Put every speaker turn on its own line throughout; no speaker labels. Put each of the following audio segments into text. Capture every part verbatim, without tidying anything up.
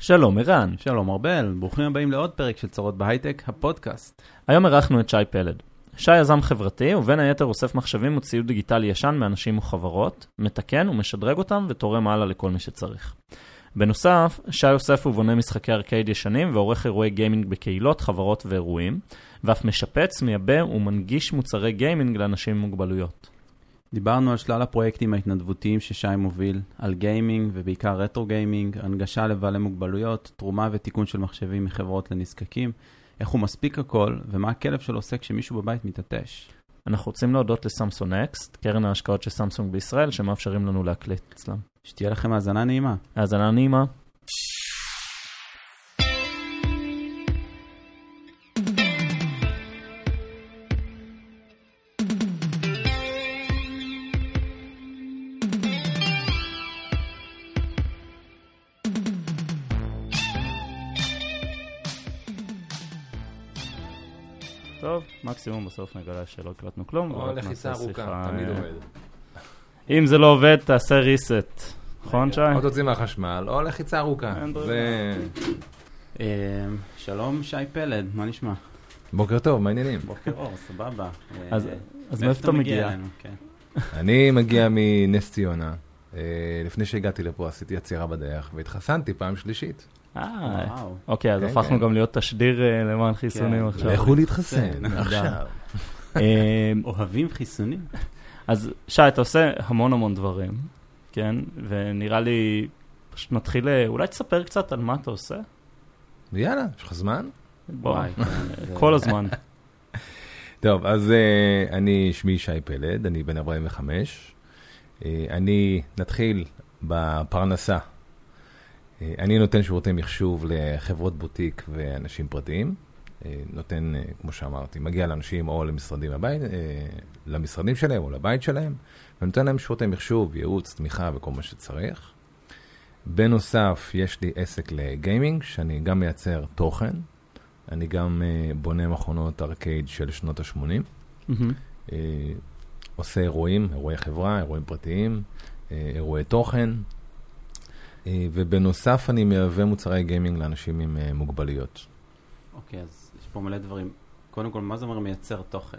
שלום ערן.
שלום ארבל, ברוכים הבאים לעוד פרק של צרות בהייטק, הפודקאסט.
היום ערכנו את שי פלד. שי יזם חברתי, ובין היתר אוסף מחשבים וציוד דיגיטלי ישן מאנשים וחברות, מתקן ומשדרג אותם ותורם הלאה לכל מי שצריך. בנוסף, שי אוסף ובונה משחקי ארקייד ישנים ועורך אירועי גיימינג בקהילות, חברות ואירועים, ואף משפץ, מייבא ומנגיש מוצרי גיימינג לאנשים עם מוגבלויות.
דיברנו על שלל הפרויקטים ההתנדבותיים ששי מוביל, על גיימינג ובעיקר רטרו גיימינג, הנגשה לבעלי מוגבלויות, תרומה ותיקון של מחשבים מחברות לנזקקים, איך הוא מספיק הכל ומה הכלב שלו עושה כשמישהו בבית מתעטש.
אנחנו רוצים להודות לסמסונג נקסט, קרן ההשקעות של סמסונג בישראל, שמאפשרים לנו להקליט אצלם.
שתהיה לכם האזנה נעימה.
האזנה נעימה. טוב, מקסימום בסוף נגלה שלא הקלטנו כלום.
או לחיצה ארוכה, תמיד עובד.
אם זה לא עובד, תעשה ריסט. נכון, שי?
או תוציא מהחשמל, או לחיצה ארוכה.
שלום, שי פלד, מה נשמע?
בוקר טוב, מה העניינים?
בוקר אור, סבבה.
אז מאיפה אתה מגיע?
אני מגיע מנס ציונה. לפני שהגעתי לפה עשיתי יצירה בדרך, והתחסנתי פעם שלישית.
אה, אוקיי, אז הפכנו גם להיות תשדיר למען חיסונים עכשיו.
לכו להתחסן, עכשיו.
אוהבים חיסונים?
אז שי, אתה עושה המון המון דברים, כן? ונראה לי, פשוט נתחיל, אולי תספר קצת על מה אתה עושה?
יאללה, יש לך זמן?
בוא, כל הזמן.
טוב, אז אני שמי שי פלד, אני בן ארבעים וחמש. אני נתחיל בפרנסה. אני נותן שירותי מחשוב לחברות בוטיק ואנשים פרטיים. נותן, כמו שאמרתי, מגיע לאנשים או למשרדים הבית, למשרדים שלהם או לבית שלהם, ונותן להם שירותי מחשוב, ייעוץ, תמיכה וכל מה שצריך. בנוסף, יש לי עסק לגיימינג, שאני גם מייצר תוכן. אני גם בונה מכונות ארקייד של שנות ה-שמונים. Mm-hmm. עושה אירועים, אירועי חברה, אירועים פרטיים, אירועי תוכן. ובנוסף אני מייבא מוצרי גיימינג לאנשים עם מוגבלויות.
אוקיי, אז יש פה מלא דברים. קודם כל, מה זה אומר מייצר תוכן?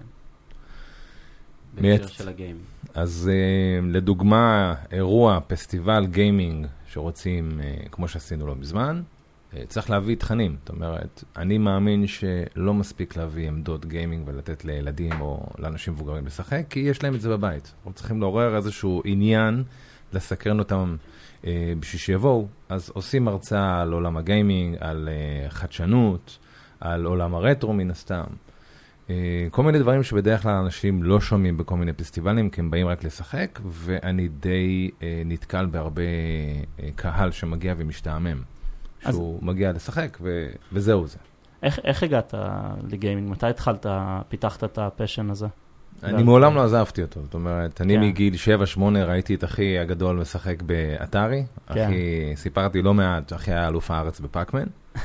מייצ...
בהקשר של הגיימינג.
אז uh, לדוגמה, אירוע, פסטיבל גיימינג שרוצים, uh, כמו שעשינו לא מזמן, uh, צריך להביא תכנים. זאת אומרת, אני מאמין שלא מספיק להביא עמדות גיימינג ולתת לילדים או לאנשים מבוגרים לשחק, כי יש להם את זה בבית. אנחנו צריכים לעורר איזשהו עניין, לסקרן אותם uh, בשביל שיבואו. אז עושים הרצאה על עולם הגיימינג, על uh, חדשנות, על עולם הרטרו מן הסתם. Uh, כל מיני דברים שבדרך כלל אנשים לא שומעים בכל מיני פסטיבלים, כי הם באים רק לשחק, ואני די uh, נתקל בהרבה uh, קהל שמגיע ומשתעמם, אז... שהוא מגיע לשחק, ו... וזהו זה.
איך, איך הגעת לגיימינג? מתי התחלת, פיתחת את הפשן הזה?
אני מעולם לא עזבתי אותו. זאת אומרת, אני מגיל שבע שמונה ראיתי את אחי הגדול משחק באתרי. אחי, סיפרתי לא מעט, אחי היה אלוף הארץ בפאקמן.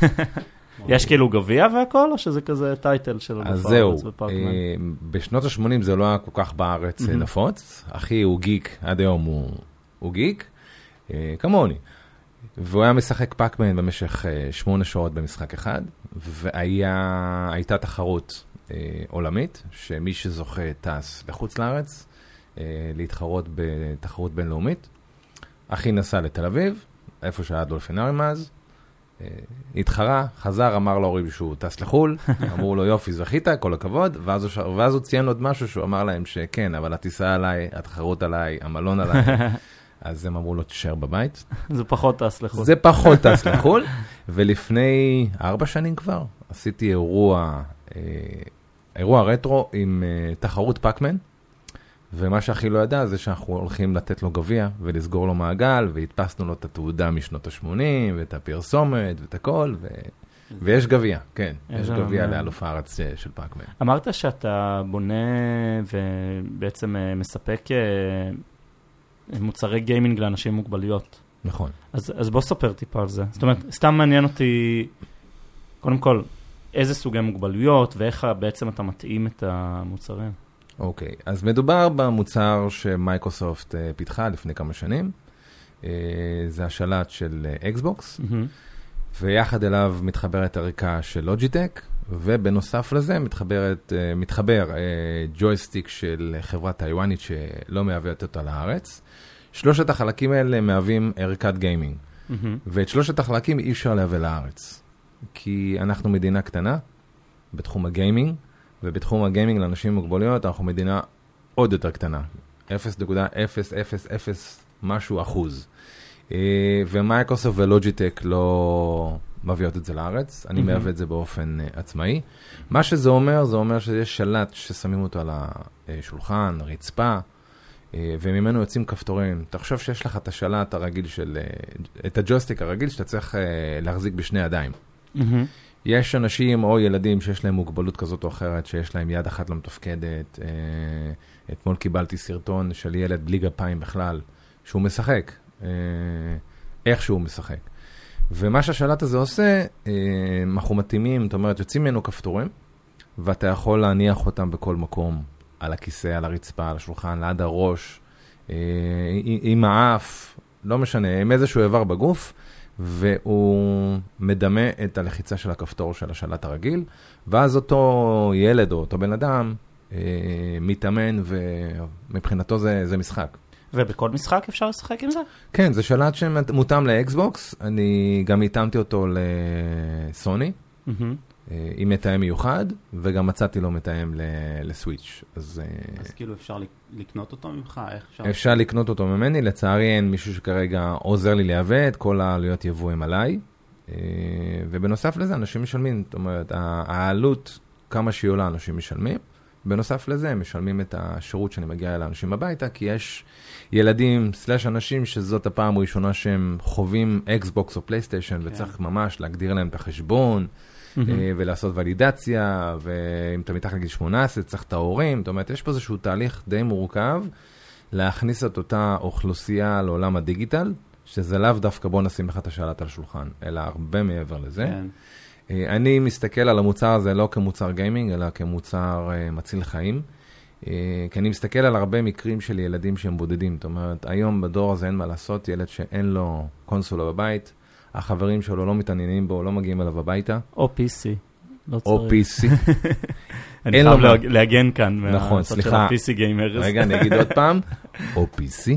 יש כאילו גביע והכל, או שזה כזה טייטל של אלוף הארץ בפאקמן?
בשנות ה-שמונים זה לא היה כל כך בארץ נפוץ. אחי הוא גיק, עד היום הוא גיק, כמוני. והוא היה משחק פאקמן במשך שמונה שעות במשחק אחד, והייתה תחרות עולמית, שמי שזוכה טס לחוץ לארץ, להתחרות בתחרות בינלאומית. אחי נסע לתל אביב, איפה שהיה דולפינריום אז, התחרה, חזר, אמר להורים שהוא טס לחול, אמרו לו יופי, זכית, כל הכבוד, ואז הוא, ואז הוא ציין עוד משהו שהוא אמר להם שכן, אבל הטיסה עליי, התחרות עליי, המלון עליי, אז הם אמרו לו תישאר בבית.
זה פחות טס לחול.
זה פחות טס לחול, ולפני ארבע שנים כבר עשיתי אירוע, אירוע רטרו עם תחרות פאקמן, ומה שהכי לא ידע זה שאנחנו הולכים לתת לו גביע ולסגור לו מעגל, והדפסנו לו את התעודה משנות ה-שמונים, ואת הפרסומת ואת הכל, ו... ויש גביע, כן, יש גביע לאלוף הארץ של פאקמן.
אמרת שאתה בונה ובעצם מספק מוצרי גיימינג לאנשים עם מוגבלויות.
נכון.
אז, אז בוא ספר טיפה על זה. זאת אומרת, סתם מעניין אותי, קודם כל, איזה סוגי מוגבלויות, ואיך בעצם אתה מתאים את המוצרים.
אוקיי, אז מדובר במוצר שמייקרוסופט פיתחה לפני כמה שנים. זה השלט של אקסבוקס. ויחד אליו מתחברת ערכה של לוג'יטק, ובנוסף לזה מתחברת, מתחבר ג'ויסטיק של חברה טיואנית שלא מייבאת אותה לארץ. שלושת החלקים האלה מהווים ערכת גיימינג. Mm-hmm. ואת שלושת החלקים אי אפשר להביא לארץ. כי אנחנו מדינה קטנה בתחום הגיימינג, ובתחום הגיימינג לאנשים עם מוגבלויות אנחנו מדינה עוד יותר קטנה. אפס נקודה אפס אפס אפס משהו אחוז. ומייקרוסופט ולוג'יטק לא מביאות את זה לארץ, אני מייבא את זה באופן עצמאי. מה שזה אומר, זה אומר שיש שלט ששמים אותו על השולחן, רצפה, וממנו יוצאים כפתורים. אתה חושב שיש לך את השלט הרגיל של, את הג'ויסטיק הרגיל שאתה צריך להחזיק בשני ידיים. יש אנשים או ילדים שיש להם מוגבלות כזאת או אחרת, שיש להם יד אחת לא מתפקדת. אתמול קיבלתי סרטון של ילד בלי גפיים בכלל, שהוא משחק. איך שהוא משחק. ומה שהשלט הזה עושה, אנחנו מתאימים, זאת אומרת, יוצאים ממנו כפתורים, ואתה יכול להניח אותם בכל מקום, על הכיסא, על הרצפה, על השולחן, ליד הראש, עם האף, לא משנה, עם איזשהו איבר בגוף, והוא מדמה את הלחיצה של הכפתור של השלט הרגיל, ואז אותו ילד או אותו בן אדם מתאמן, ומבחינתו זה, זה משחק.
ובכל משחק אפשר לשחק עם זה? כן,
זה שלט שמותאם לאקסבוקס, אני גם התאמתי אותו לסוני, עם מתאם מיוחד, וגם מצאתי לו מתאם לסוויץ'. אז
כאילו אפשר לקנות אותו ממך?
אפשר לקנות אותו ממני, לצערי אין מישהו שכרגע עוזר לי להביא את כל העלויות יבוא הם עליי, ובנוסף לזה אנשים משלמים, זאת אומרת, העלות, כמה שהיא עולה אנשים משלמים, בנוסף לזה, הם משלמים את השירות שאני מגיע אל האנשים הביתה, כי יש ילדים סלש אנשים שזאת הפעם הראשונה שהם חווים אקסבוקס או פלייסטיישן, וצריך ממש להגדיר להם את החשבון, ולעשות ולידציה, ואם אתה מתחת לגיל שמונה עשרה, צריך את ההורים. זאת אומרת, יש פה איזשהו תהליך די מורכב, להכניס את אותה אוכלוסייה לעולם הדיגיטל, שזה לאו דווקא בוא נשים לך את השלט על השולחן, אלא הרבה מעבר לזה. אני מסתכל על המוצר הזה לא כמוצר גיימינג, אלא כמוצר מציל חיים, כי אני מסתכל על הרבה מקרים של ילדים שהם בודדים. זאת אומרת, היום בדור הזה אין מה לעשות, ילד שאין לו קונסולה בבית, החברים שלו לא מתעניינים בו, לא מגיעים אליו הביתה.
או פי סי.
או פי סי.
אני חייב להגן כאן.
נכון, סליחה.
פי סי גיימרס.
רגע, אני אגיד עוד פעם. או פי סי.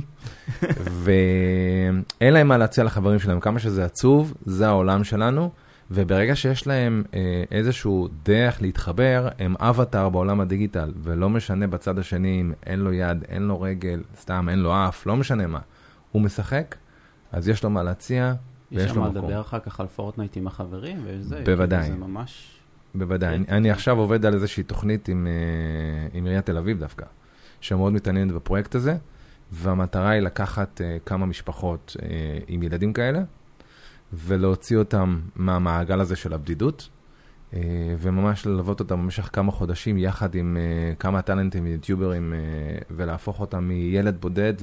ואין להם מה להציע לחברים שלהם. כמה שזה עצוב, זה העולם שלנו. וברגע שיש להם אה, איזשהו דרך להתחבר, הם אבטר בעולם הדיגיטל, ולא משנה בצד השני אם אין לו יד, אין לו רגל, סתם אין לו אף, לא משנה מה. הוא משחק, אז יש לו מה להציע, ויש לו מקום.
יש שם לדבר אחר כך על פורטנייט עם החברים, וזה,
בוודאי.
זה ממש...
בוודאי. אני, אני עכשיו עובד על איזושהי תוכנית עם, אה, עם עיריית תל אביב דווקא, שמאוד מתעניינת בפרויקט הזה, והמטרה היא לקחת אה, כמה משפחות אה, עם ילדים כאלה, ולהוציא אותם מהמעגל הזה של הבדידות, וממש ללוות אותם במשך כמה חודשים, יחד עם כמה טלנטים ויוטיוברים, ולהפוך אותם מילד בודד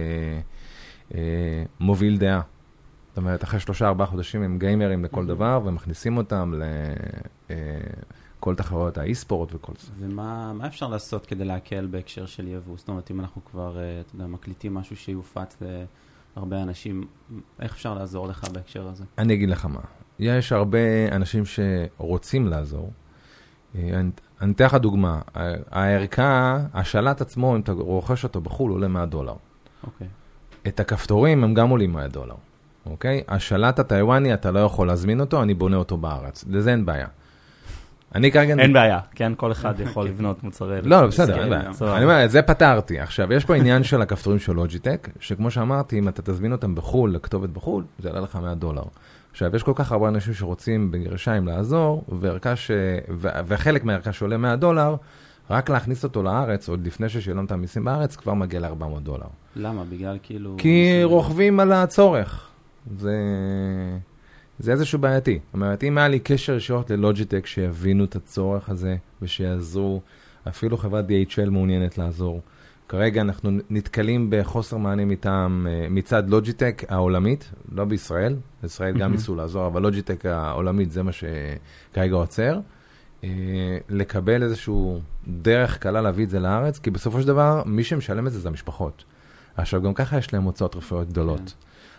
למוביל דעה. זאת אומרת, אחרי שלושה ארבעה חודשים הם גיימרים לכל דבר, ומכניסים אותם לכל תחרויות האי-ספורט וכל זה.
ומה מה אפשר לעשות כדי להקל בהקשר של יבוא? זאת אומרת, אם אנחנו כבר, אתה יודע, מקליטים משהו שיופץ ל... הרבה אנשים, איך אפשר לעזור לך בהקשר הזה?
אני אגיד לך מה. יש הרבה אנשים שרוצים לעזור. אני אתן לך דוגמה. הערכה, השלט עצמו, אם אתה רוכש אותו בחול, עולה מאה דולר.
אוקיי.
את הכפתורים הם גם עולים מאה דולר. אוקיי? השלט הטיואני, אתה לא יכול להזמין אותו, אני בונה אותו בארץ. לזה אין בעיה. אני כרגע...
אין בעיה, כן? כל אחד יכול לבנות מוצרי...
לא, לא, בסדר, אין בעיה. אני אומר, זה פתרתי. עכשיו, יש פה עניין של הכפתורים של לוג'יטק, שכמו שאמרתי, אם אתה תזמין אותם בחול, לכתובת בחול, זה יעלה לך מאה דולר. עכשיו, יש כל כך הרבה אנשים שרוצים בגרשיים לעזור, וחלק מהערכה שעולה מאה דולר, רק להכניס אותו לארץ, עוד לפני ששילמת המיסים בארץ, כבר מגיע ל-ארבע מאות דולר.
למה? בגלל כאילו...
כי רוכבים על הצורך. זה... זה איזשהו בעייתי. זאת אומרת, אם היה לי קשר ישירות ללוג'יטק שיבינו את הצורך הזה ושיעזרו, אפילו חברת די אייץ' אל מעוניינת לעזור. כרגע אנחנו נתקלים בחוסר מענה מטעם, מצד לוג'יטק העולמית, לא בישראל, בישראל גם ניסו לעזור, אבל לוג'יטק העולמית זה מה שכרגע עוצר, לקבל איזשהו דרך קלה להביא את זה לארץ, כי בסופו של דבר מי שמשלם את זה זה המשפחות. עכשיו גם ככה יש להם הוצאות רפואיות גדולות.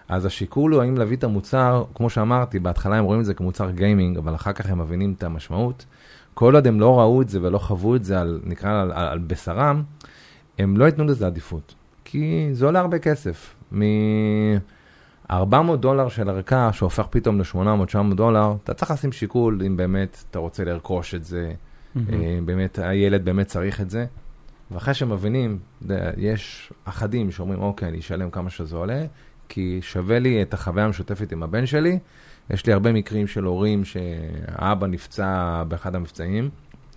אז השיקול הוא האם להביא את המוצר, כמו שאמרתי, בהתחלה הם רואים את זה כמוצר גיימינג, אבל אחר כך הם מבינים את המשמעות. כל עוד הם לא ראו את זה ולא חוו את זה, על, נקרא על, על, על בשרם, הם לא ייתנו לזה עדיפות. כי זה עולה הרבה כסף. מ-ארבע מאות דולר של ערכה, שהופך פתאום ל-שמונה מאות תשע מאות דולר, אתה צריך לשים שיקול אם באמת אתה רוצה לרכוש את זה, mm-hmm. באמת, הילד באמת צריך את זה. ואחרי שמבינים, יש אחדים שאומרים, אוקיי, אני אשלם כמה שזה עולה, כי שווה לי את החוויה המשותפת עם הבן שלי. יש לי הרבה מקרים של הורים שהאבא נפצע באחד המבצעים,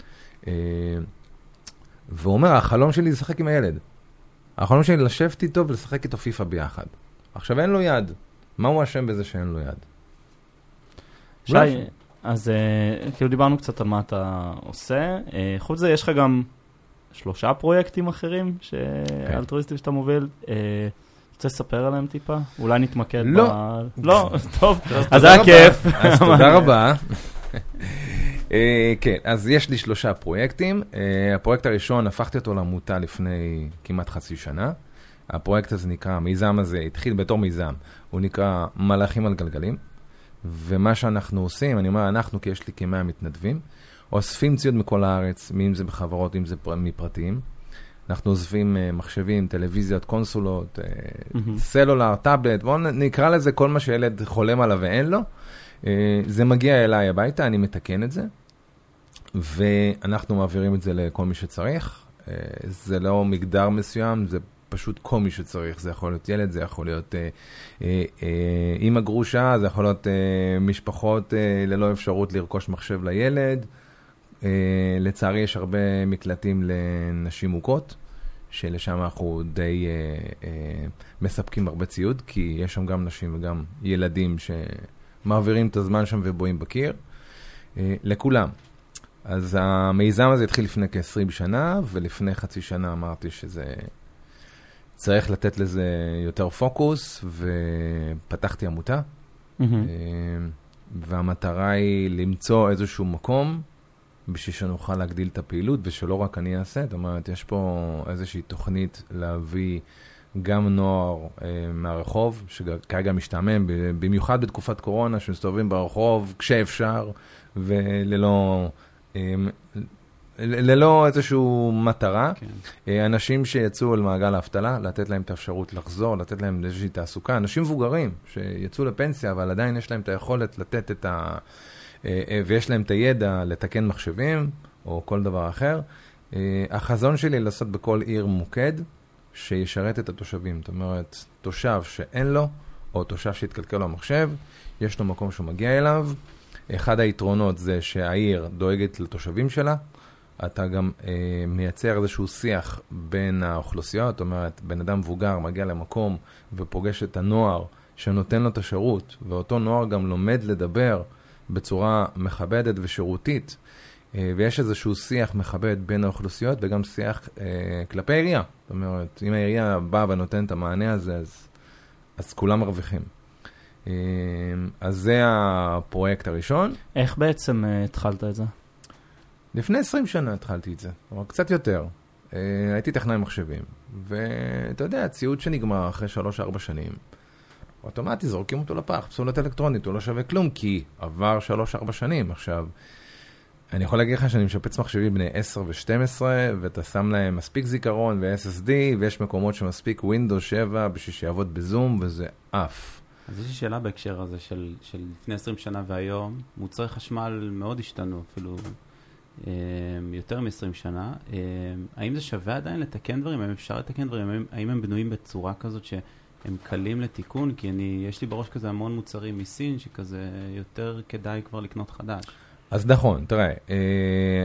והוא אומר, החלום שלי לשחק עם הילד. החלום שלי לשבת איתו ולשחק איתו פיפה ביחד. עכשיו אין לו יד. מה הוא אשם בזה שאין לו יד?
שי, אז כאילו דיברנו קצת על מה אתה עושה. חוץ זה, יש לך גם שלושה פרויקטים אחרים, אלטרואיסטים שאתה מוביל. רוצה לספר עליהם טיפה? אולי נתמקד ב...
לא.
לא, טוב. אז זה היה כיף.
אז תודה רבה. כן, אז יש לי שלושה פרויקטים. הפרויקט הראשון, הפכתי אותו לעמותה לפני כמעט חצי שנה. הפרויקט הזה נקרא, המיזם הזה התחיל בתור מיזם. הוא נקרא מלאכים על גלגלים. ומה שאנחנו עושים, אני אומר, אנחנו, כי יש לי כמאה מתנדבים, אוספים ציוד מכל הארץ, אם זה בחברות, אם זה מפרטיים. אנחנו עוזבים מחשבים, טלוויזיות, קונסולות, סלולר, טאבלט, בואו נקרא לזה כל מה שילד חולם עליו ואין לו. זה מגיע אליי הביתה, אני מתקן את זה, ואנחנו מעבירים את זה לכל מי שצריך. זה לא מגדר מסוים, זה פשוט כל מי שצריך. זה יכול להיות ילד, זה יכול להיות אמא גרושה, זה יכול להיות משפחות ללא אפשרות לרכוש מחשב לילד. Uh, לצערי יש הרבה מקלטים לנשים מוכות, שלשם אנחנו די uh, uh, מספקים הרבה ציוד, כי יש שם גם נשים וגם ילדים שמעבירים את הזמן שם ובואים בקיר, uh, לכולם. אז המיזם הזה התחיל לפני כ-עשרים שנה, ולפני חצי שנה אמרתי שזה צריך לתת לזה יותר פוקוס, ופתחתי עמותה, mm-hmm. uh, והמטרה היא למצוא איזשהו מקום, בשביל שנוכל להגדיל את הפעילות, ושלא רק אני אעשה. זאת אומרת, יש פה איזושהי תוכנית להביא גם נוער אה, מהרחוב, שכרגע משתעמם, במיוחד בתקופת קורונה, שמסתובבים ברחוב כשאפשר, וללא אה, ללא איזשהו מטרה. כן. אה, אנשים שיצאו על מעגל האבטלה, לתת להם את האפשרות לחזור, לתת להם איזושהי תעסוקה. אנשים מבוגרים שיצאו לפנסיה, אבל עדיין יש להם את היכולת לתת את ה... ויש להם את הידע לתקן מחשבים, או כל דבר אחר. החזון שלי לעשות בכל עיר מוקד, שישרת את התושבים. זאת אומרת, תושב שאין לו, או תושב שהתקלקל לו המחשב, יש לו מקום שהוא מגיע אליו. אחד היתרונות זה שהעיר דואגת לתושבים שלה. אתה גם אה, מייצר איזשהו שיח בין האוכלוסיות. זאת אומרת, בן אדם מבוגר מגיע למקום ופוגש את הנוער שנותן לו את השירות, ואותו נוער גם לומד לדבר בצורה מכבדת ושירותית, ויש איזשהו שיח מכבד בין האוכלוסיות, וגם שיח אה, כלפי העירייה. זאת אומרת, אם העירייה באה ונותן את המענה הזה, אז, אז כולם מרוויחים. אה, אז זה הפרויקט הראשון.
איך בעצם אה, התחלת את זה?
לפני עשרים שנה התחלתי את זה, או קצת יותר. אה, הייתי טכנאי מחשבים, ואתה יודע, הציוד שנגמר אחרי שלוש ארבע שנים, אוטומטי זורקים אותו לפח, פסולת אלקטרונית, הוא לא שווה כלום, כי עבר שלוש ארבע שנים. עכשיו, אני יכול להגיד לך שאני משפץ מחשבים בני עשר ושתים עשרה, ואתה שם להם מספיק זיכרון ו-אס אס די, ויש מקומות שמספיק ווינדוס שבע בשביל שיעבוד בזום, וזה אף.
אז יש לי שאלה בהקשר הזה של, של לפני עשרים שנה והיום, מוצרי חשמל מאוד השתנו, אפילו אה, יותר מ-עשרים שנה. אה, האם זה שווה עדיין לתקן דברים? האם אפשר לתקן דברים? האם, האם הם בנויים בצורה כזאת ש... הם קלים לתיקון, כי אני, יש לי בראש כזה המון מוצרים מסין, שכזה יותר כדאי כבר לקנות חדש.
אז נכון, תראה, אה,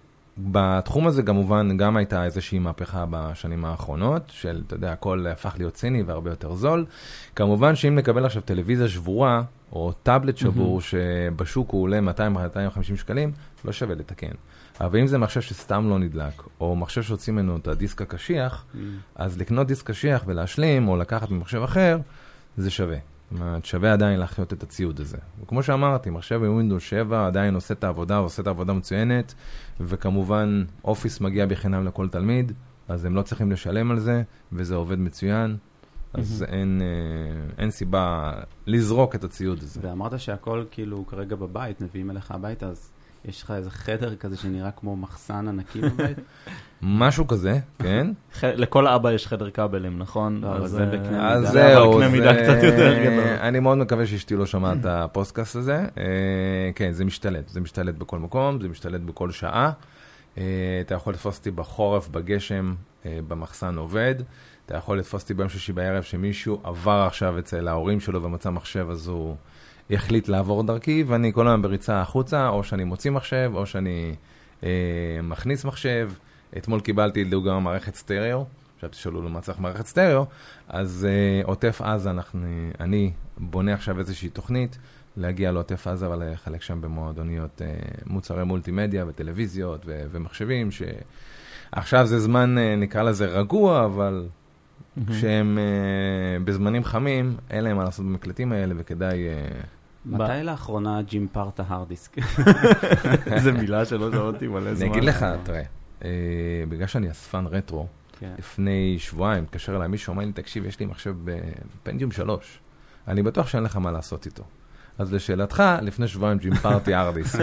בתחום הזה כמובן גם הייתה איזושהי מהפכה בשנים האחרונות, של, אתה יודע, הכל הפך להיות סיני והרבה יותר זול. כמובן שאם נקבל עכשיו טלוויזיה שבורה, או טאבלט שבור, mm-hmm. שבשוק הוא עולה מאתיים עד מאתיים וחמישים שקלים, לא שווה לתקן. אבל אם זה מחשב שסתם לא נדלק, או מחשב שהוצאים ממנו את הדיסק הקשיח, mm. אז לקנות דיסק קשיח ולהשלים, או לקחת ממחשב אחר, זה שווה. זאת אומרת, שווה עדיין להחיות את הציוד הזה. וכמו שאמרתי, מחשב בווינדוס שבע עדיין עושה את העבודה, ועושה את העבודה מצוינת, וכמובן, אופיס מגיע בחינם לכל תלמיד, אז הם לא צריכים לשלם על זה, וזה עובד מצוין. אז אין, אין סיבה לזרוק את הציוד הזה.
ואמרת שהכל כאילו כרגע בבית, מביאים אליך הביתה, אז יש לך איזה חדר כזה שנראה כמו מחסן ענקי בבית?
משהו כזה, כן.
לכל אבא יש חדר כבלים, נכון?
אז זה בקנה מידה.
אז זהו,
בקנה מידה קצת יותר גדול.
אני מאוד מקווה שאשתי לא שומעת את הפודקאסט הזה. כן, זה משתלט. זה משתלט בכל מקום, זה משתלט בכל שעה. אתה יכול לתפוס אותי בחורף, בגשם, במחסן עובד. אתה יכול לתפוס אותי ביום שישי בערב שמישהו עבר עכשיו אצל ההורים שלו ומצא מחשב, אז הוא החליט לעבור דרכי, ואני כל היום בריצה החוצה, או שאני מוציא מחשב, או שאני אה, מכניס מחשב. אתמול קיבלתי לדוגמה מערכת סטריאו, עכשיו תשאלו לו מה צריך מערכת סטריאו, אז אה, עוטף עזה, אנחנו, אני בונה עכשיו איזושהי תוכנית, להגיע לעוטף עזה ולחלק שם במועדוניות אה, מוצרי מולטימדיה וטלוויזיות ו- ומחשבים, שעכשיו זה זמן, אה, נקרא לזה רגוע, אבל mm-hmm. כשהם אה, בזמנים חמים, אין להם מה לעשות במקלטים האלה, וכדאי... אה,
מתי לאחרונה ג'ים פארטה הרדיסק?
איזה מילה שלא שמעתי מלא זמן.
אני אגיד לך, תראה, בגלל שאני אספן רטרו, לפני שבועיים, התקשר אליי מישהו, אמר לי, תקשיב, יש לי מחשב בפנטיום שלוש. אני בטוח שאין לך מה לעשות איתו. אז לשאלתך, לפני שבועיים ג'ים פארטי הרדיסק,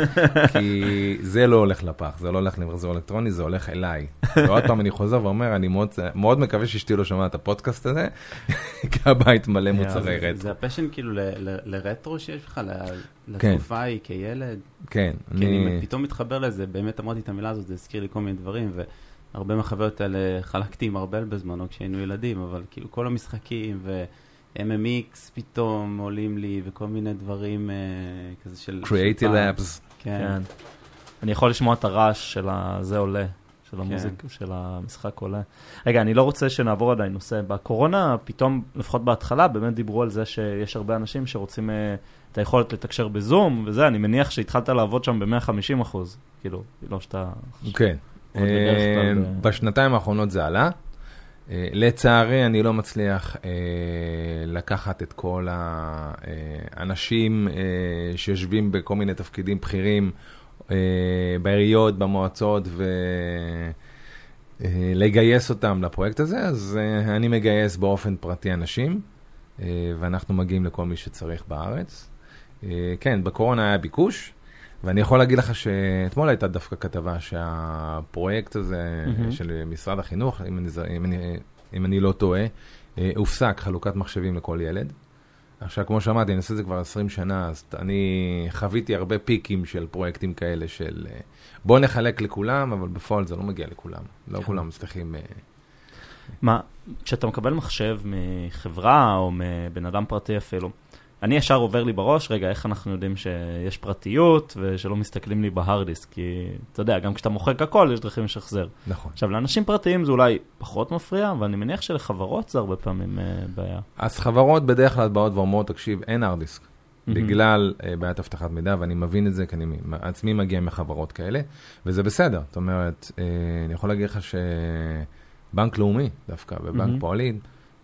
כי זה לא הולך לפח, זה לא הולך למחזור אלקטרוני, זה הולך אליי. ועוד פעם אני חוזר ואומר, אני מאוד, מאוד מקווה שאשתי לא שומעת את הפודקאסט הזה, כי הבית מלא מוצרי רטרו.
זה הפשן כאילו לרטרו שיש לך, לתקופה ההיא כילד?
כן.
כי אני פתאום מתחבר לזה, באמת אמרתי את המילה הזאת, זה הזכיר לי כל מיני דברים, והרבה מהחוויות האלה חלקתי עם הרבה בזמנו כשהיינו ילדים, אבל כאילו כל המשחקים ו... אם אם אקס פתאום עולים לי, וכל מיני דברים uh, כזה של...
Creative Labs.
כן. כן. אני יכול לשמוע את הרעש של זה עולה, של המוזיק, כן. של המשחק עולה. רגע, אני לא רוצה שנעבור עדיין נושא. בקורונה, פתאום, לפחות בהתחלה, באמת דיברו על זה שיש הרבה אנשים שרוצים uh, את היכולת לתקשר בזום, וזה, אני מניח שהתחלת לעבוד שם ב-מאה וחמישים אחוז. כאילו, לא שאתה...
כן. Uh, בשנתיים האחרונות זה עלה. Uh, לצערי אני לא מצליח uh, לקחת את כל האנשים uh, שיושבים בכל מיני תפקידים בכירים uh, בעיריות, במועצות ולגייס uh, אותם לפרויקט הזה, אז uh, אני מגייס באופן פרטי אנשים uh, ואנחנו מגיעים לכל מי שצריך בארץ. Uh, כן, בקורונה היה ביקוש, ואני יכול להגיד לך שאתמול הייתה דווקא כתבה שהפרויקט הזה mm-hmm. של משרד החינוך, אם אני, אם אני, אם אני לא טועה, הופסק חלוקת מחשבים לכל ילד. עכשיו, כמו שאמרתי, אני עושה את זה כבר עשרים שנה, אז אני חוויתי הרבה פיקים של פרויקטים כאלה של בוא נחלק לכולם, אבל בפועל זה לא מגיע לכולם. לא כולם מצליחים...
מה, כשאתה מקבל מחשב מחברה או מבן אדם פרטי אפילו, אני ישר עובר לי בראש, רגע, איך אנחנו יודעים שיש פרטיות ושלא מסתכלים לי בהרדיסק, כי אתה יודע, גם כשאתה מוחק הכל, יש דרכים לשחזר.
נכון.
עכשיו, לאנשים פרטיים זה אולי פחות מפריע, אבל אני מניח שלחברות זה הרבה פעמים בעיה.
אז חברות בדרך כלל באות ואומרות, תקשיב, אין הרדיסק, בגלל בעיית הבטחת מידע, ואני מבין את זה, כי אני עצמי מגיע מחברות כאלה, וזה בסדר. זאת אומרת, אני יכול להגיד לך שבנק לאומי, דווקא, בבנק פועלים,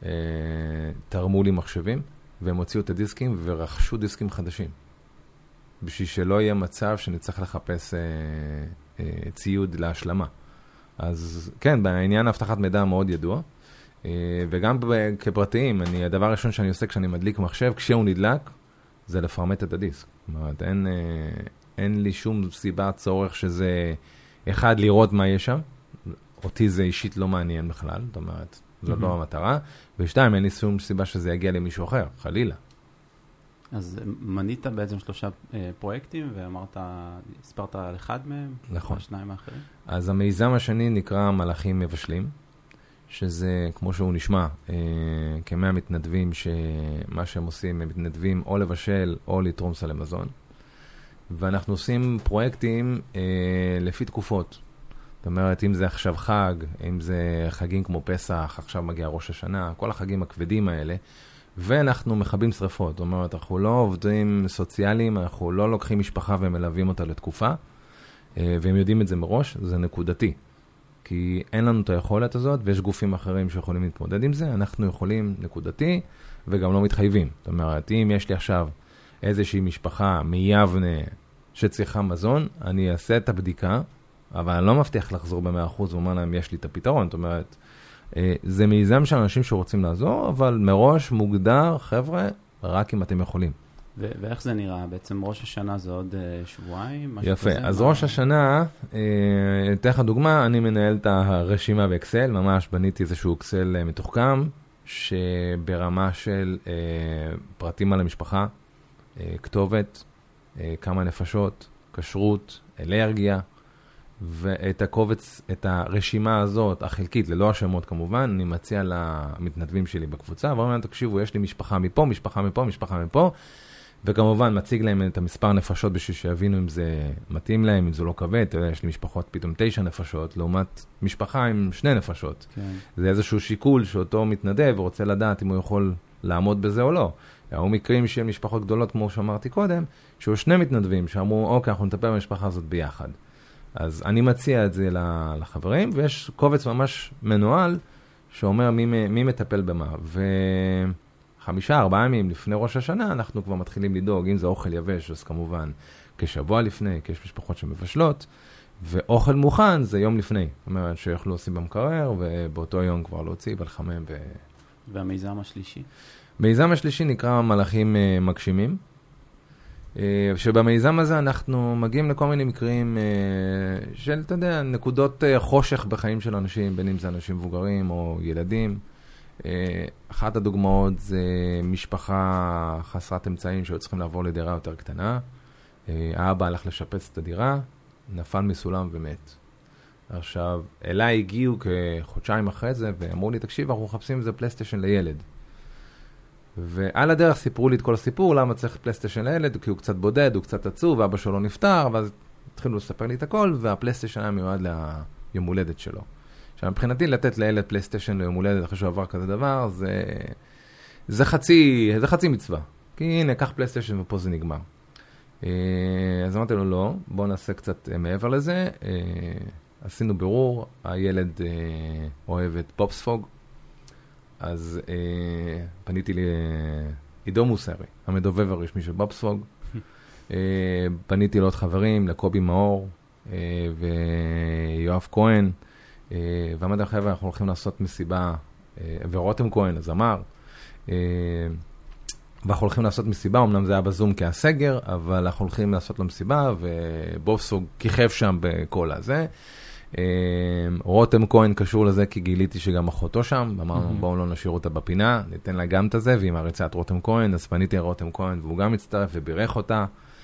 תרמו לי מחשבים, והם הוציאו את הדיסקים ורכשו דיסקים חדשים. בשביל שלא יהיה מצב שנצטרך לחפש אה, אה, ציוד להשלמה. אז כן, בעניין הבטחת מידע מאוד ידוע, אה, וגם כפרטיים, אני, הדבר הראשון שאני עושה כשאני מדליק מחשב, כשהוא נדלק, זה לפרמט את הדיסק. זאת אומרת, אין, אה, אין לי שום סיבה צורך שזה, אחד, לראות מה יש שם, אותי זה אישית לא מעניין בכלל, זאת אומרת, זו לא המטרה, ושתיים, אין לי שום סיבה שזה יגיע למישהו אחר, חלילה.
אז מנית בעצם שלושה אה, פרויקטים, ואמרת, הספרת על אחד מהם,
נכון.
או שניים האחרים?
אז המיזם השני נקרא מלאכים מבשלים, שזה, כמו שהוא נשמע, אה, כמאה מתנדבים, שמה שהם עושים, הם מתנדבים או לבשל, או לתרום סלי מזון, ואנחנו עושים פרויקטים אה, לפי תקופות. זאת אומרת, אם זה עכשיו חג, אם זה חגים כמו פסח, עכשיו מגיע ראש השנה, כל החגים הכבדים האלה, ואנחנו מכבים שריפות. זאת אומרת, אנחנו לא עובדים סוציאליים, אנחנו לא לוקחים משפחה ומלווים אותה לתקופה, והם יודעים את זה מראש, זה נקודתי. כי אין לנו את היכולת הזאת, ויש גופים אחרים שיכולים להתמודד עם זה, אנחנו יכולים נקודתי, וגם לא מתחייבים. זאת אומרת, אם יש לי עכשיו איזושהי משפחה מיבנה שצריכה מזון, אני אעשה את הבדיקה, אבל אני לא מבטיח לחזור ב-מאה אחוז ואומר להם, יש לי את הפתרון. זאת אומרת, זה מיזם של אנשים שרוצים לעזור, אבל מראש מוגדר, חבר'ה, רק אם אתם יכולים.
ו- ואיך זה נראה? בעצם ראש השנה זה עוד uh, שבועיים?
יפה,
כזה?
אז
מה...
ראש השנה, אתן לך דוגמה, אני מנהל את הרשימה באקסל, ממש בניתי איזשהו אקסל uh, מתוחכם, שברמה של uh, פרטים על המשפחה, uh, כתובת, uh, כמה נפשות, כשרות, אלרגיה, ואת הקובץ, את הרשימה הזאת, החלקית, ללא השמות כמובן, אני מציע למתנדבים שלי בקבוצה, ואומרים, תקשיבו, יש לי משפחה מפה, משפחה מפה, משפחה מפה, וכמובן מציג להם את המספר נפשות בשביל שיבינו אם זה מתאים להם, אם זה לא כבד, יש לי משפחות פתאום תשע נפשות, לעומת משפחה עם שני נפשות. כן. זה איזשהו שיקול שאותו מתנדב ורוצה לדעת אם הוא יכול לעמוד בזה או לא. היו מקרים של משפחות גדולות, כמו שאמרתי קודם, שהיו שני מתנדבים שאמרו, אוקיי, אנחנו נטפל במשפחה הזאת ביחד. אז אני מציע את זה לחברים, ויש קובץ ממש מנוהל שאומר מי, מי מטפל במה. וחמישה, ארבעה ימים לפני ראש השנה, אנחנו כבר מתחילים לדאוג. אם זה אוכל יבש, אז כמובן כשבוע לפני, כי יש משפחות שמבשלות, ואוכל מוכן זה יום לפני. זאת אומרת שיוכלו לשים במקרר, ובאותו יום כבר להוציא ולחמם. ו...
והמיזם השלישי?
מיזם השלישי נקרא מלאכים מגשימים. שבמיזם הזה אנחנו מגיעים לכל מיני מקרים של, אתה יודע, נקודות חושך בחיים של אנשים, בין אם זה אנשים מבוגרים או ילדים. אחת הדוגמאות זה משפחה חסרת אמצעים שהיו צריכים לעבור לדירה יותר קטנה. האבא הלך לשפץ את הדירה, נפל מסולם ומת. עכשיו, אליי הגיעו כחודשיים אחרי זה ואמרו לי, תקשיב, אנחנו מחפשים איזה פלייסטיישן לילד. ועל הדרך סיפרו לי את כל הסיפור, למה צריך פלייסטיישן לילד, כי הוא קצת בודד, הוא קצת עצוב, ואבא שלו נפטר, ואז התחילו לספר לי את הכל, והפלייסטיישן היה מיועד ליום הולדת שלו. עכשיו, מבחינתי לתת לילד פלייסטיישן ליום הולדת אחרי שהוא עבר כזה דבר, זה, זה חצי, זה חצי מצווה. כי הנה, קח פלייסטיישן ופה זה נגמר. אז אמרתי לו, לא, בואו נעשה קצת מעבר לזה. עשינו בירור, הילד אוהב את פופספוג, אז אה, פניתי לעידו מוסרי, המדובב הרשמי של בובספוג. אה, פניתי לעוד חברים, לקובי מאור אה, ויואב כהן, אה, ואמרתי לחבר'ה, אנחנו הולכים לעשות מסיבה, אה, ורותם כהן, הזמר, אה, ואנחנו הולכים לעשות מסיבה, אמנם זה היה בזום כהסגר, אבל אנחנו הולכים לעשות לו מסיבה, ובובספוג כיכב שם בכל הזה. רותם כהן קשור לזה כי גיליתי שגם אחותו שם, אמרנו בואו לא נשאיר אותה בפינה, ניתן לה גם את זה, והיא מעריצה את רותם כהן, אז פניתי על רותם כהן והוא גם מצטרף ובירך אותה.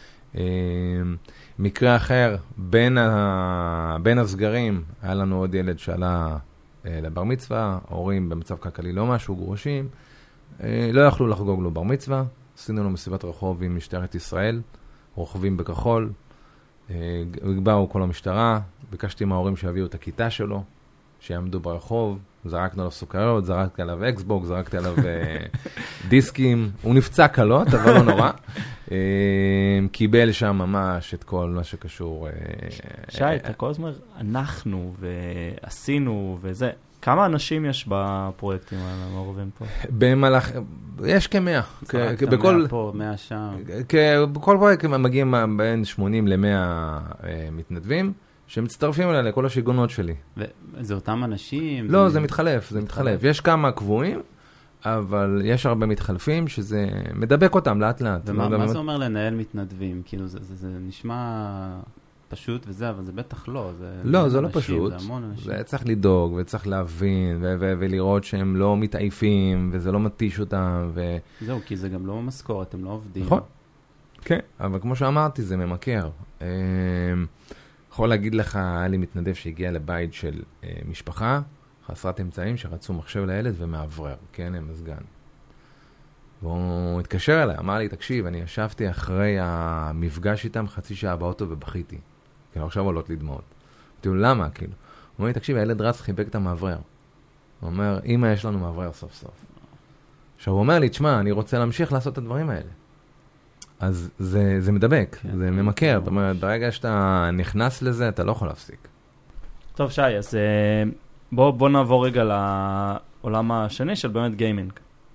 מקרה אחר, בין, ה... בין הסגרים, היה לנו עוד ילד שעלה לבר מצווה, הורים במצב כלכלי לא משהו, גרושים, לא יכלו לחגוג לו בר מצווה, עשינו לו מסיבת רחוב עם משטרת ישראל, רוכבים בכחול, באו כל המשטרה, ביקשתי מההורים שיביאו את הכיתה שלו, שיעמדו ברחוב, זרקנו עליו סוכריות, זרקתי עליו אקסבוקס, זרקתי עליו דיסקים, הוא נפצע קלות, אבל לא נורא. קיבל שם ממש את כל מה שקשור.
שי, אתה כל הזמן, אנחנו ועשינו וזה, כמה אנשים יש בפרויקטים האלה, מעורבים פה?
במהלך, יש כמאה.
זרקת מאה פה, מאה שם.
בכל פרויקט מגיעים בין שמונים למאה מתנדבים, שמצטרפים אליי לכל השיגונות שלי.
וזה אותם אנשים?
לא, זה מתחלף, זה מתחלף. יש כמה קבועים, אבל יש הרבה מתחלפים שזה מדבק אותם לאט לאט.
ומה זה אומר לנהל מתנדבים? כאילו זה נשמע פשוט וזה, אבל זה בטח לא.
לא, זה לא פשוט. זה צריך לדאוג וצריך להבין ולראות שהם לא מתעייפים וזה לא מתיש אותם.
זהו, כי זה גם לא משכורת, הם לא עובדים.
נכון. כן, אבל כמו שאמרתי, זה ממכר. יכול להגיד לך, היה לי מתנדב שהגיע לבית של אה, משפחה, חסרת אמצעים, שרצו מחשב לילד ומעברר, כן, הם מזגן. והוא התקשר אליי, אמר לי, תקשיב, אני ישבתי אחרי המפגש איתם חצי שעה באוטו ובכיתי. כאילו, עכשיו עולות לי דמעות. אמרתי לו, למה? כאילו. הוא אומר לי, תקשיב, הילד רץ חיבק את המעברר. הוא אומר, אמא, יש לנו מעברר סוף סוף. עכשיו, הוא אומר לי, תשמע, אני רוצה להמשיך לעשות את הדברים האלה. אז זה, זה מדבק, כן, זה ממכר. זאת אומרת, ברגע שאתה נכנס לזה, אתה לא יכול להפסיק.
טוב, שי, אז בוא, בוא נעבור רגע לעולם השני של באמת גיימינג.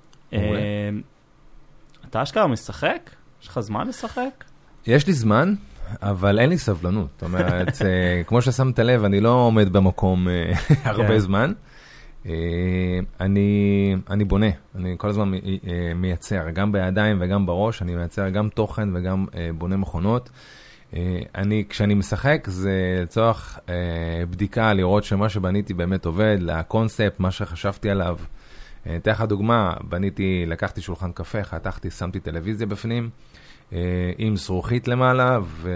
אתה אשכרה משחק? יש לך זמן לשחק?
יש לי זמן, אבל אין לי סבלנות. זאת אומרת, כמו ששמת לב, אני לא עומד במקום הרבה זמן. אני, אני בונה, אני כל הזמן מייצר, גם בידיים וגם בראש, אני מייצר גם תוכן וגם בונה מכונות. אני, כשאני משחק, זה לצורך בדיקה, לראות שמה שבניתי באמת עובד, לקונספט, מה שחשבתי עליו. אתן לך דוגמה, בניתי, לקחתי שולחן קפה, חתכתי, שמתי טלוויזיה בפנים, עם זרוחית למעלה,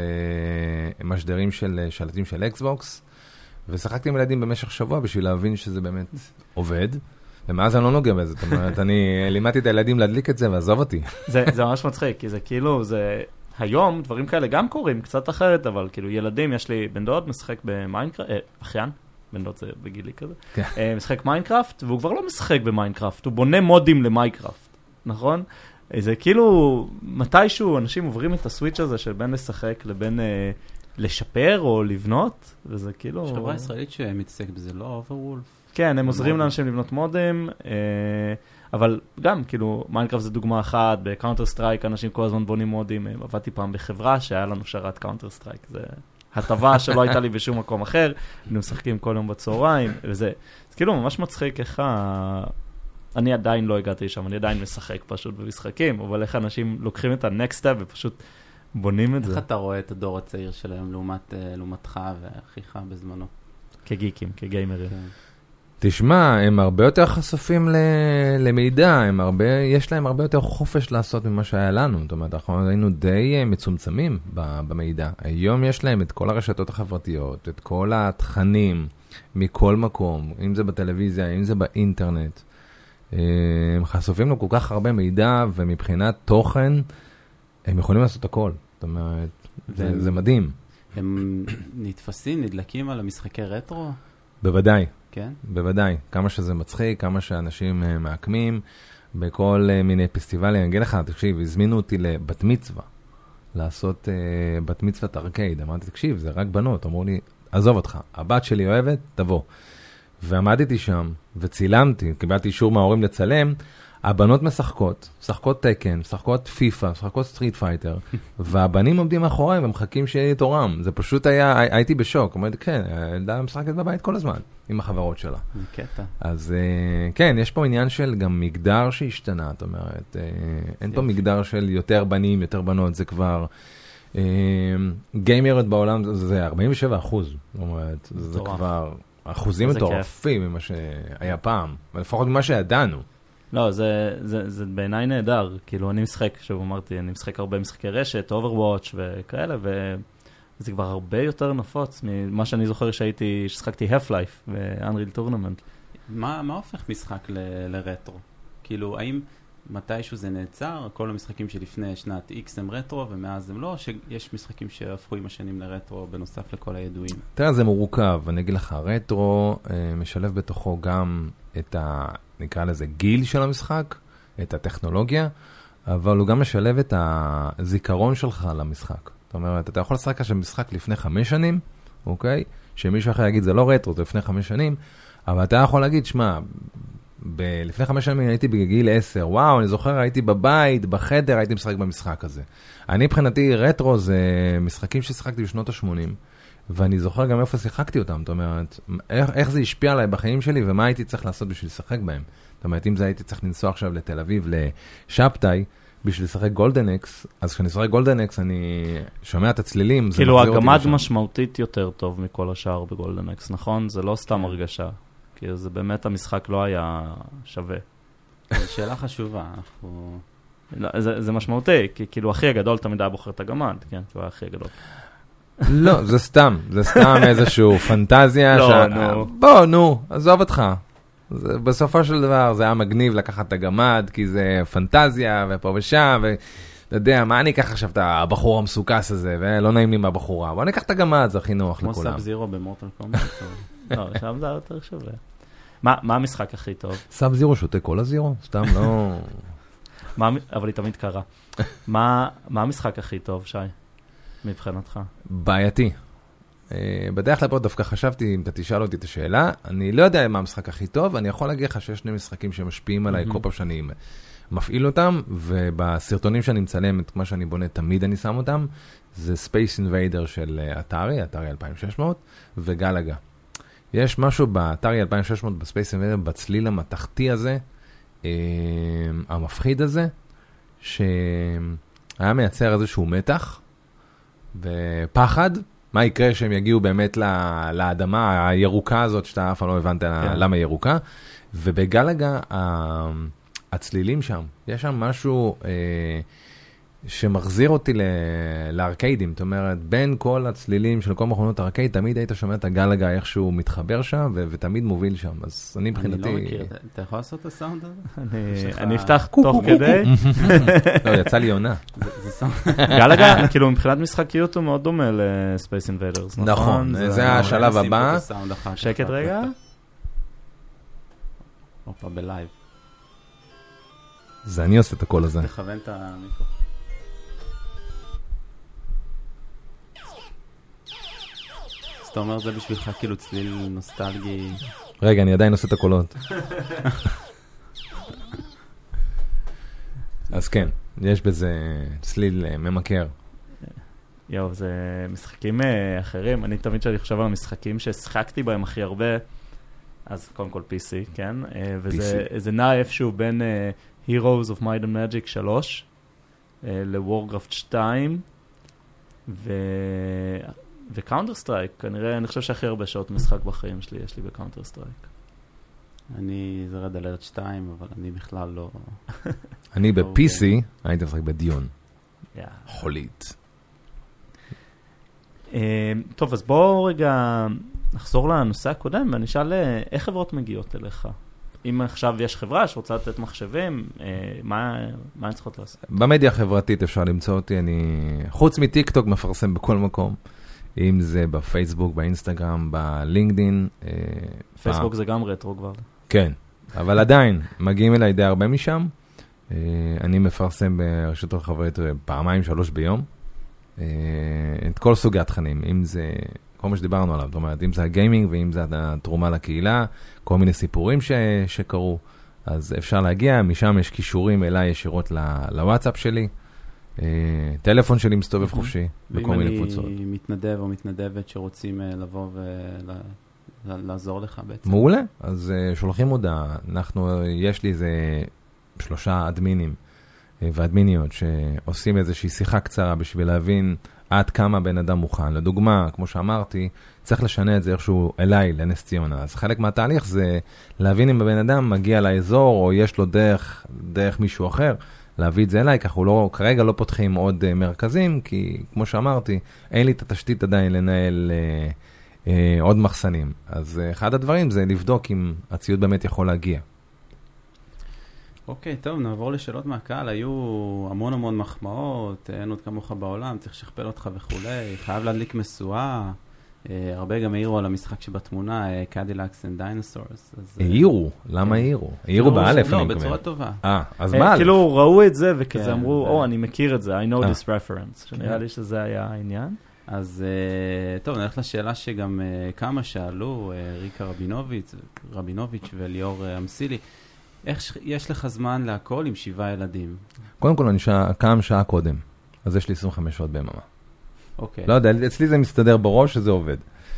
ומשדרים של שלטים של אקסבוקס, ושחקתי עם ילדים במשך שבוע בשביל להבין שזה באמת עובד, ומאז אני לא נוגע בזה, זאת אומרת, אני לימדתי את הילדים להדליק את זה ועזוב אותי.
זה, זה ממש מצחיק, כי זה כאילו, זה, היום דברים כאלה גם קורים, קצת אחרת, אבל כאילו ילדים, יש לי בן דוד, משחק במיינקראפט, אה, אחיין, בן דוד זה בגילי כזה, אה, משחק מיינקראפט, והוא כבר לא משחק במיינקראפט, הוא בונה מודים למיינקראפט, נכון? זה כאילו, מתישהו אנשים עוברים את הסוויץ' הזה של בין לשחק לבין אה, לשפר או לבנות, וזה כאילו...
יש חברה ישראלית שמתעסק בזה, לא אוברוולף?
כן, הם עוזרים לאנשים לבנות מודים, אה, אבל גם, כאילו, מיינקראפט זה דוגמה אחת, בקאונטר סטרייק אנשים כל הזמן בונים מודים, עבדתי פעם בחברה שהיה לנו שרת קאונטר סטרייק, זה הטבה שלא הייתה לי בשום מקום אחר, היינו משחקים כל יום בצהריים, וזה, זה כאילו ממש מצחיק איך ה... אני עדיין לא הגעתי שם, אני עדיין משחק פשוט במשחקים, אבל איך אנשים לוקחים את ה-next step ופשוט בונים את זה.
איך אתה רואה את הדור הצעיר של היום לעומת, לעומתך ואחיך בזמנו?
כגיקים, כגיימרים.
תשמע, הם הרבה יותר חשופים למידע, הם הרבה, יש להם הרבה יותר חופש לעשות ממה שהיה לנו. זאת אומרת, אנחנו היינו די מצומצמים במידע. היום יש להם את כל הרשתות החברתיות, את כל התכנים מכל מקום, אם זה בטלוויזיה, אם זה באינטרנט. הם חשופים לו כל כך הרבה מידע, ומבחינת תוכן, הם יכולים לעשות הכל. זאת אומרת, זה, זה מדהים.
הם נתפסים, נדלקים על המשחקי רטרו?
בוודאי.
כן?
בוודאי. כמה שזה מצחיק, כמה שאנשים מעקמים, בכל מיני פסטיבלים. אני אגיד לך, תקשיב, הזמינו אותי לבת מצווה, לעשות uh, בת מצוות ארקייד. אמרתי, תקשיב, זה רק בנות. אמרו לי, עזוב אותך, הבת שלי אוהבת, תבוא. ועמדתי שם, וצילמתי, קיבלתי אישור מההורים לצלם, הבנות משחקות, משחקות טקן, משחקות פיפה, משחקות סטריט פייטר, והבנים עומדים מאחוריי ומחכים שיהיה לי תורם. זה פשוט היה, הייתי בשוק. אמרתי, כן, הילדה משחקת בבית כל הזמן, עם החברות שלה.
זה קטע.
אז כן, יש פה עניין של גם מגדר שהשתנה, זאת אומרת, אין פה מגדר של יותר בנים, יותר בנות, זה כבר... גיימריות בעולם זה ארבעים ושבעה אחוז, זאת אומרת, זה כבר... אחוזים מטורפים ממה שהיה פעם, לפחות ממה שידענו.
לא, זה, זה, זה בעיניי נהדר. כאילו, אני משחק, שוב אמרתי, אני משחק הרבה משחקי רשת, Overwatch וכאלה, וזה כבר הרבה יותר נפוץ ממה שאני זוכר שהייתי, ששחקתי Half-Life ב-Unreal Tournament.
מה, מה הופך משחק ל, לרטרו? כאילו, האם מתישהו זה נעצר? כל המשחקים שלפני שנת X הם רטרו, ומאז הם לא, שיש משחקים שהפכו עם השנים לרטרו, בנוסף לכל הידועים.
תראה, זה מורכב. אני אגיד לך, רטרו משלב בתוכו גם את ה... נקרא לזה גיל של המשחק, את הטכנולוגיה, אבל הוא גם משלב את הזיכרון שלך למשחק. זאת אומרת, אתה יכול לשחק של משחק לפני חמש שנים, אוקיי? שמישהו אחר יגיד, זה לא רטרו, זה לפני חמש שנים, אבל אתה יכול להגיד, שמה, ב- לפני חמש שנים הייתי בגיל עשר, וואו, אני זוכר, הייתי בבית, בחדר, הייתי משחק במשחק הזה. אני, מבחינתי, רטרו זה משחקים ששחקתי בשנות ה-שמונים, ואני זוכר גם איפה שיחקתי אותם, זאת אומרת, איך, איך זה השפיע עליי בחיים שלי, ומה הייתי צריך לעשות בשביל לשחק בהם. זאת אומרת, אם זה הייתי צריך לנסוע עכשיו לתל אביב, לשבתאי, בשביל לשחק גולדן אקס, אז כשאני שחק גולדן אקס, אני שומע את הצלילים, זה
כאילו, הגמד משמעותית יותר טוב מכל השאר בגולדן אקס, נכון? זה לא סתם הרגשה. כי זה באמת, המשחק לא היה שווה.
זו שאלה חשובה, אנחנו...
לא, זה, זה משמעותי, כי כאילו, הכי הגדול תמיד היה בוחר את הגמד, כן? כי הוא היה הכי הגדול.
לא, זה סתם, זה סתם איזשהו פנטזיה.
לא, נו.
בוא, נו, עזוב אותך. בסופו של דבר זה היה מגניב לקחת את הגמד, כי זה פנטזיה ופה ושם, ואתה יודע, מה אני אקח עכשיו את הבחור המסוכס הזה, ולא נעים לי מהבחורה, בוא אני אקח את הגמד, זה הכי נוח לכולם.
כמו סאב זירו במורטל קומבט.
לא, שם זה יותר שווה. מה המשחק הכי טוב?
סאב זירו שותה כל הזירו? סתם לא...
אבל היא תמיד קרה. מה המשחק הכי טוב, שי? מבחינתך?
בעייתי. בדרך כלל פה דווקא חשבתי, אם אתה תשאל אותי את השאלה, אני לא יודע מה המשחק הכי טוב, אני יכול להגיד לך שיש שני משחקים שמשפיעים עליי כל פעם שאני מפעיל אותם, ובסרטונים שאני מצלם את מה שאני בונה, תמיד אני שם אותם, זה Space Invader של אתרי, אתרי אלפיים ושש מאות, וגלגה. יש משהו באתרי אלפיים ושש מאות בספייס אינביידר, בצליל המתחתי הזה, אה, המפחיד הזה, שהיה מייצר איזשהו מתח ופחד, מה יקרה שהם יגיעו באמת לאדמה הירוקה הזאת, שאתה אף פעם לא הבנת כן. למה ירוקה, ובגלגה הצלילים שם, יש שם משהו אה, שמחזיר אותי לארקיידים, זאת אומרת, בין כל הצלילים של כל מכונות ארקייד, תמיד היית שומע את הגלגה איכשהו מתחבר שם, ו- ותמיד מוביל שם, אז אני מבחינתי...
אני לא מכיר, אתה יכול לעשות את הסאונד הזה?
אני אפתח תוך כדי.
לא, יצא לי עונה.
גלגה, כאילו מבחינת משחקיות הוא מאוד דומה לספייס אינביידרס, נכון?
נכון, זה השלב הבא.
שקט רגע.
אופה, בלייב.
זה אני עושה את הקול הזה.
תכוון את המיקרופון. אז אתה אומר, זה בשבילך כאילו צליל נוסטלגי.
רגע, אני עדיין עושה את הקולות. אז כן, יש בזה צליל ממכר.
יואו, זה משחקים אחרים. אני תמיד שאני חושב על המשחקים ששחקתי בהם הכי הרבה, אז קודם כל פי סי, כן? וזה נע איפשהו בין Heroes of Might and Magic שלוש ל-Warcraft שתיים ו-Counter Strike. כנראה, אני חושב שהכי הרבה שעות משחק בחיים שלי יש לי ב-Counter Strike.
אני, זה רד אלרט שתיים, אבל אני בכלל לא...
אני ב-פי סי הייתי משחק בדיון. חולית.
טוב, אז בואו רגע נחזור לנושא הקודם, ואני אשאל איך חברות מגיעות אליך? אם עכשיו יש חברה שרוצה לתת מחשבים, מה הן צריכות לעשות?
במדיה החברתית אפשר למצוא אותי, אני חוץ מטיקטוק מפרסם בכל מקום, אם זה בפייסבוק, באינסטגרם, בלינקדין.
פייסבוק זה גם רטרו כבר.
כן, אבל עדיין, מגיעים אליי די הרבה משם. אני מפרסם ברשתות חברתיות פעמיים, שלוש ביום. את כל סוגי התכנים, אם זה... כל מה שדיברנו עליו, זאת אומרת, אם זה הגיימינג ואם זה התרומה לקהילה, כל מיני סיפורים ש, שקרו, אז אפשר להגיע, משם יש קישורים אליי ישירות לוואטסאפ שלי, טלפון שלי מסתובב חופשי, בכל מיני קבוצות.
ואם אני מתנדב או מתנדבת שרוצים לבוא ולעזור לך בעצם?
מעולה, אז שולחים הודעה, אנחנו, יש לי איזה שלושה אדמינים ואדמיניות שעושים איזושהי שיחה קצרה בשביל להבין עד כמה בן אדם מוכן. לדוגמה, כמו שאמרתי, צריך לשנה את זה איכשהו אליי, לנס ציונה. אז חלק מהתהליך זה להבין אם הבן אדם מגיע לאזור, או יש לו דרך, דרך מישהו אחר, להביא את זה אליי, כך הוא לא, כרגע לא פותחים עוד uh, מרכזים, כי כמו שאמרתי, אין לי את התשתית עדיין לנהל uh, uh, עוד מחסנים. אז uh, אחד הדברים זה לבדוק אם הציוד באמת יכול להגיע.
אוקיי, טוב, נעבור לשאלות מהקהל. היו המון המון מחמאות, אין עוד כמוך בעולם, צריך לשכפל אותך וכולי, חייב להדליק מסועה. הרבה גם העירו על המשחק שבתמונה, Cadillacs and Dinosaurs.
העירו? למה העירו? העירו באלף,
אני מקווה. לא, בצורה טובה.
אה, אז מה?
כאילו ראו את זה וכזה אמרו, או, אני מכיר את זה, I know this reference, שנראה לי שזה היה העניין.
אז טוב, נלך לשאלה שגם כמה שאלו, ריקה רבינוביץ', רבינוביץ' וליאור אמסילי. איך יש לך זמן להכל עם שבעה ילדים?
קודם כל, אני קם שעה קודם, אז יש לי עשרים וחמש שעות ביממה.
אוקיי.
לא יודע, אצלי זה מסתדר בראש שזה עובד.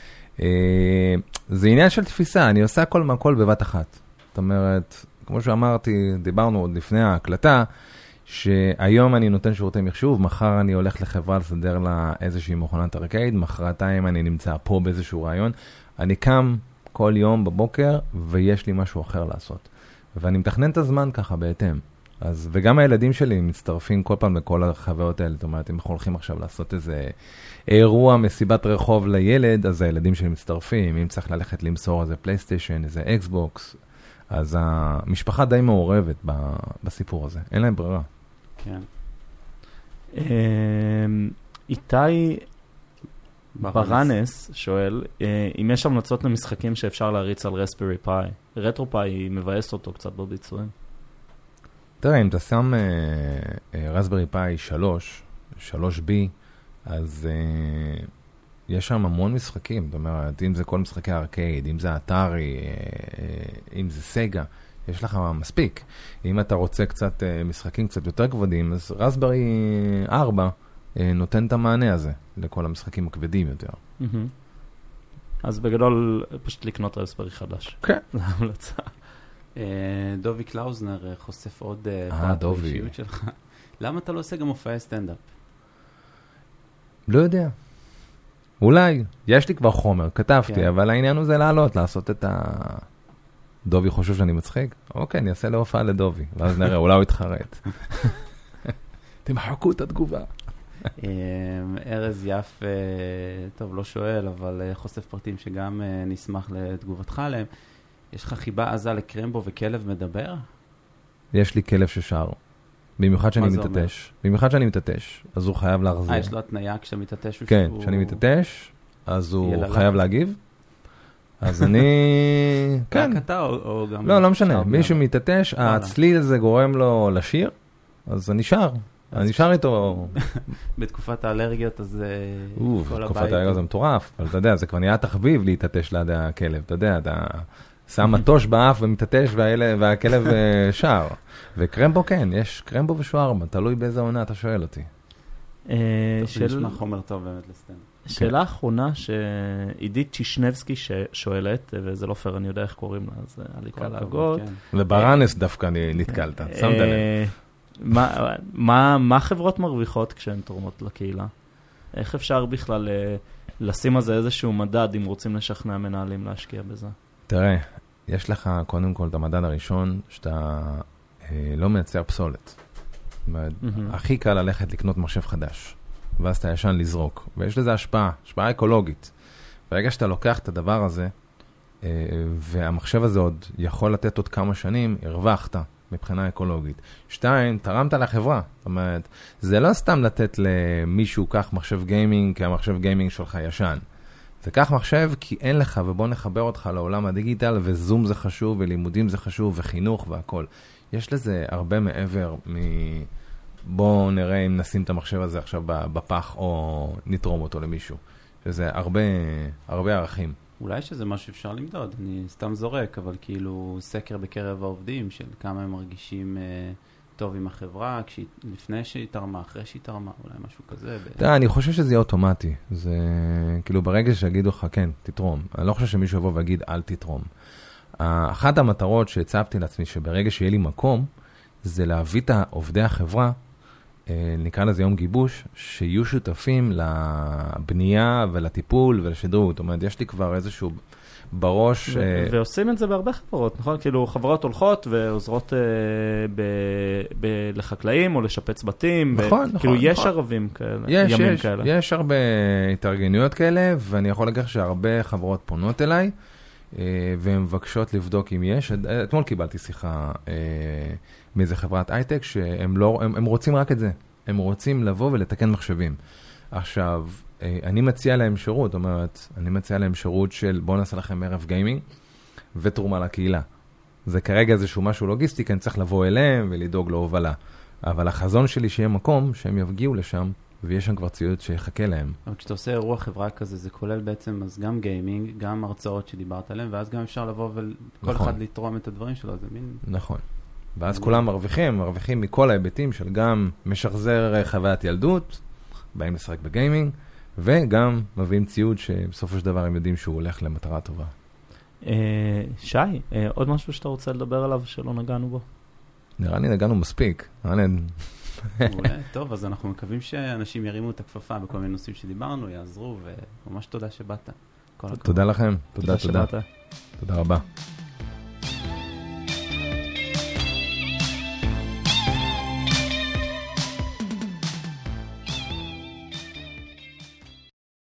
זה עניין של תפיסה, אני עושה הכל מהכל בבת אחת. זאת אומרת, כמו שאמרתי, דיברנו עוד לפני ההקלטה, שהיום אני נותן שירותי מחשוב, מחר אני הולך לחברה לסדר לה איזושהי מכונת ארקייד, מחרתיים אני נמצא פה באיזשהו רעיון. אני קם כל יום בבוקר, ויש לי משהו אחר לעשות. ואני מתכנן את הזמן ככה בהתאם. אז, וגם הילדים שלי מצטרפים כל פעם לכל החוויות האלה. זאת אומרת, אם אנחנו הולכים עכשיו לעשות איזה אירוע, מסיבת רחוב לילד, אז הילדים שלי מצטרפים. אם צריך ללכת למסור איזה פלייסטיישן, איזה אקסבוקס, אז המשפחה די מעורבת בסיפור הזה. אין להם ברירה.
כן.
איתי ברנס שואל, אם יש המלצות למשחקים שאפשר להריץ על רספרי פאי. רטרו פאי מבאס אותו קצת בביצועים.
תראה, אם אתה שם רספרי פאי שלוש, שלוש בי, אז uh, יש שם המון משחקים. זאת אומרת, אם זה כל משחקי ארקייד, אם זה אתרי, uh, אם זה סגה, יש לך מספיק. אם אתה רוצה קצת uh, משחקים קצת יותר כבדים, אז רספרי ארבע uh, נותן את המענה הזה לכל המשחקים הכבדים יותר.
Mm-hmm. אז בגדול, פשוט לקנות רספרי חדש.
כן.
זה המלצה.
דובי קלאוזנר חושף עוד
פרט
באישיות שלך. למה אתה לא עושה גם מופעי סטנדאפ?
לא יודע. אולי, יש לי כבר חומר, כתבתי, אבל העניין הוא זה לעלות, לעשות את ה... דובי חושב שאני מצחיק? אוקיי, אני אעשה להופעה לדובי, ואז נראה, אולי הוא יתחרט. תמחקו את התגובה.
ארז יף, טוב, לא שואל, אבל חושף פרטים שגם נשמח לתגובתך עליהם. יש לך חיבה עזה לקרמבו וכלב מדבר?
יש לי כלב ששר. במיוחד שאני מתעטש. במיוחד שאני מתעטש, אז הוא חייב להחזיר.
אה, יש לו התניה כשאתה מתעטש?
כן, כשאני מתעטש, אז הוא חייב להגיב. אז אני...
כן. רק אתה או גם...
לא, לא משנה. מי שמתעטש, הצליל הזה גורם לו לשיר, אז אני שר. אני שר איתו...
בתקופת האלרגיות, אז
כל הבית... בתקופת האלרגיות זה מטורף, אבל אתה יודע, זה כבר נהיה תחביב להתעטש ליד הכלב. אתה יודע, אתה שם מטוש באף ומתעטש והכלב שר. וקרמבו כן, יש קרמבו ושוארמה, תלוי באיזה עונה אתה שואל אותי.
נשמע חומר טוב באמת לסטנד.
שאלה אחרונה שעידית צ'ישנבסקי שואלת, וזה לא פייר, אני יודע איך קוראים לה, אז היה לי קל להגות.
וברנס דווקא נתקלת, שמת לב.
מה חברות מרוויחות כשהן תורמות לקהילה? איך אפשר בכלל לשים על זה איזשהו מדד אם רוצים לשכנע מנהלים להשקיע בזה?
תראה, יש לך קודם כל את המדד הראשון שאתה לא מייצר פסולת. הכי קל ללכת לקנות מחשב חדש, ואז אתה ישן לזרוק, ויש לזה השפעה, השפעה אקולוגית. ברגע שאתה לוקח את הדבר הזה, והמחשב הזה עוד יכול לתת עוד כמה שנים, הרווחת מבחינה אקולוגית. שתיים, תרמת לחברה. זאת אומרת, זה לא סתם לתת למישהו כך מחשב גיימינג, כי המחשב גיימינג שלך ישן. זה כך מחשב כי אין לך, ובוא נחבר אותך לעולם הדיגיטל, וזום זה חשוב, ולימודים זה חשוב, וחינוך והכל. יש לזה הרבה מעבר מ... בוא נראה אם נשים את המחשב הזה עכשיו בפח, או נתרום אותו למישהו. שזה הרבה, הרבה ערכים.
אולי שזה משהו אפשר למדוד, אני סתם זורק, אבל כאילו סקר בקרב העובדים של כמה הם מרגישים אה, טוב עם החברה, כשהיא, לפני שהיא תרמה, אחרי שהיא תרמה, אולי משהו כזה. ב...
אתה, אני חושב שזה יהיה אוטומטי. זה כאילו ברגע שיגידו לך, כן, תתרום. אני לא חושב שמישהו יבוא ויגיד, אל תתרום. אחת המטרות שהצבתי לעצמי, שברגע שיהיה לי מקום, זה להביא את עובדי החברה, נקרא לזה יום גיבוש, שיהיו שותפים לבנייה ולטיפול ולשדרוג. זאת אומרת, יש לי כבר איזשהו בראש...
ועושים את זה בהרבה חברות, נכון? כאילו חברות הולכות ועוזרות לחקלאים או לשפץ בתים.
נכון, נכון.
כאילו יש ערבים כאלה, ימים כאלה.
יש הרבה התארגנויות כאלה, ואני יכול להגיד שהרבה חברות פונות אליי, והן מבקשות לבדוק אם יש. אתמול קיבלתי שיחה מאיזה חברת הייטק, שהם לא, הם, הם רוצים רק את זה. הם רוצים לבוא ולתקן מחשבים. עכשיו, אני מציע להם שירות, זאת אומרת, אני מציע להם שירות של בוא נעשה לכם ערב גיימינג, ותרומה לקהילה. זה כרגע איזשהו משהו לוגיסטי, כי אני צריך לבוא אליהם ולדאוג להובלה. אבל החזון שלי שיהיה מקום שהם יפגיעו לשם, ויש שם כבר ציוד שיחכה להם.
אבל כשאתה עושה אירוע חברה כזה, זה כולל בעצם אז גם גיימינג, גם הרצאות שדיברת עליהם, ואז גם אפשר לבוא וכל נכון. אחד לתרום את הדברים שלו, זה מין...
נכון. ואז כולם מרוויחים, מרוויחים מכל ההיבטים של גם משחזר חוויית ילדות, באים לשחק בגיימינג, וגם מביאים ציוד שבסופו של דבר הם יודעים שהוא הולך למטרה טובה.
שי, עוד משהו שאתה רוצה לדבר עליו שלא נגענו בו?
נראה לי נגענו מספיק.
טוב, אז אנחנו מקווים שאנשים ירימו את הכפפה בכל מיני נושאים שדיברנו, יעזרו, וממש תודה שבאת.
תודה לכם. תודה, תודה. תודה רבה.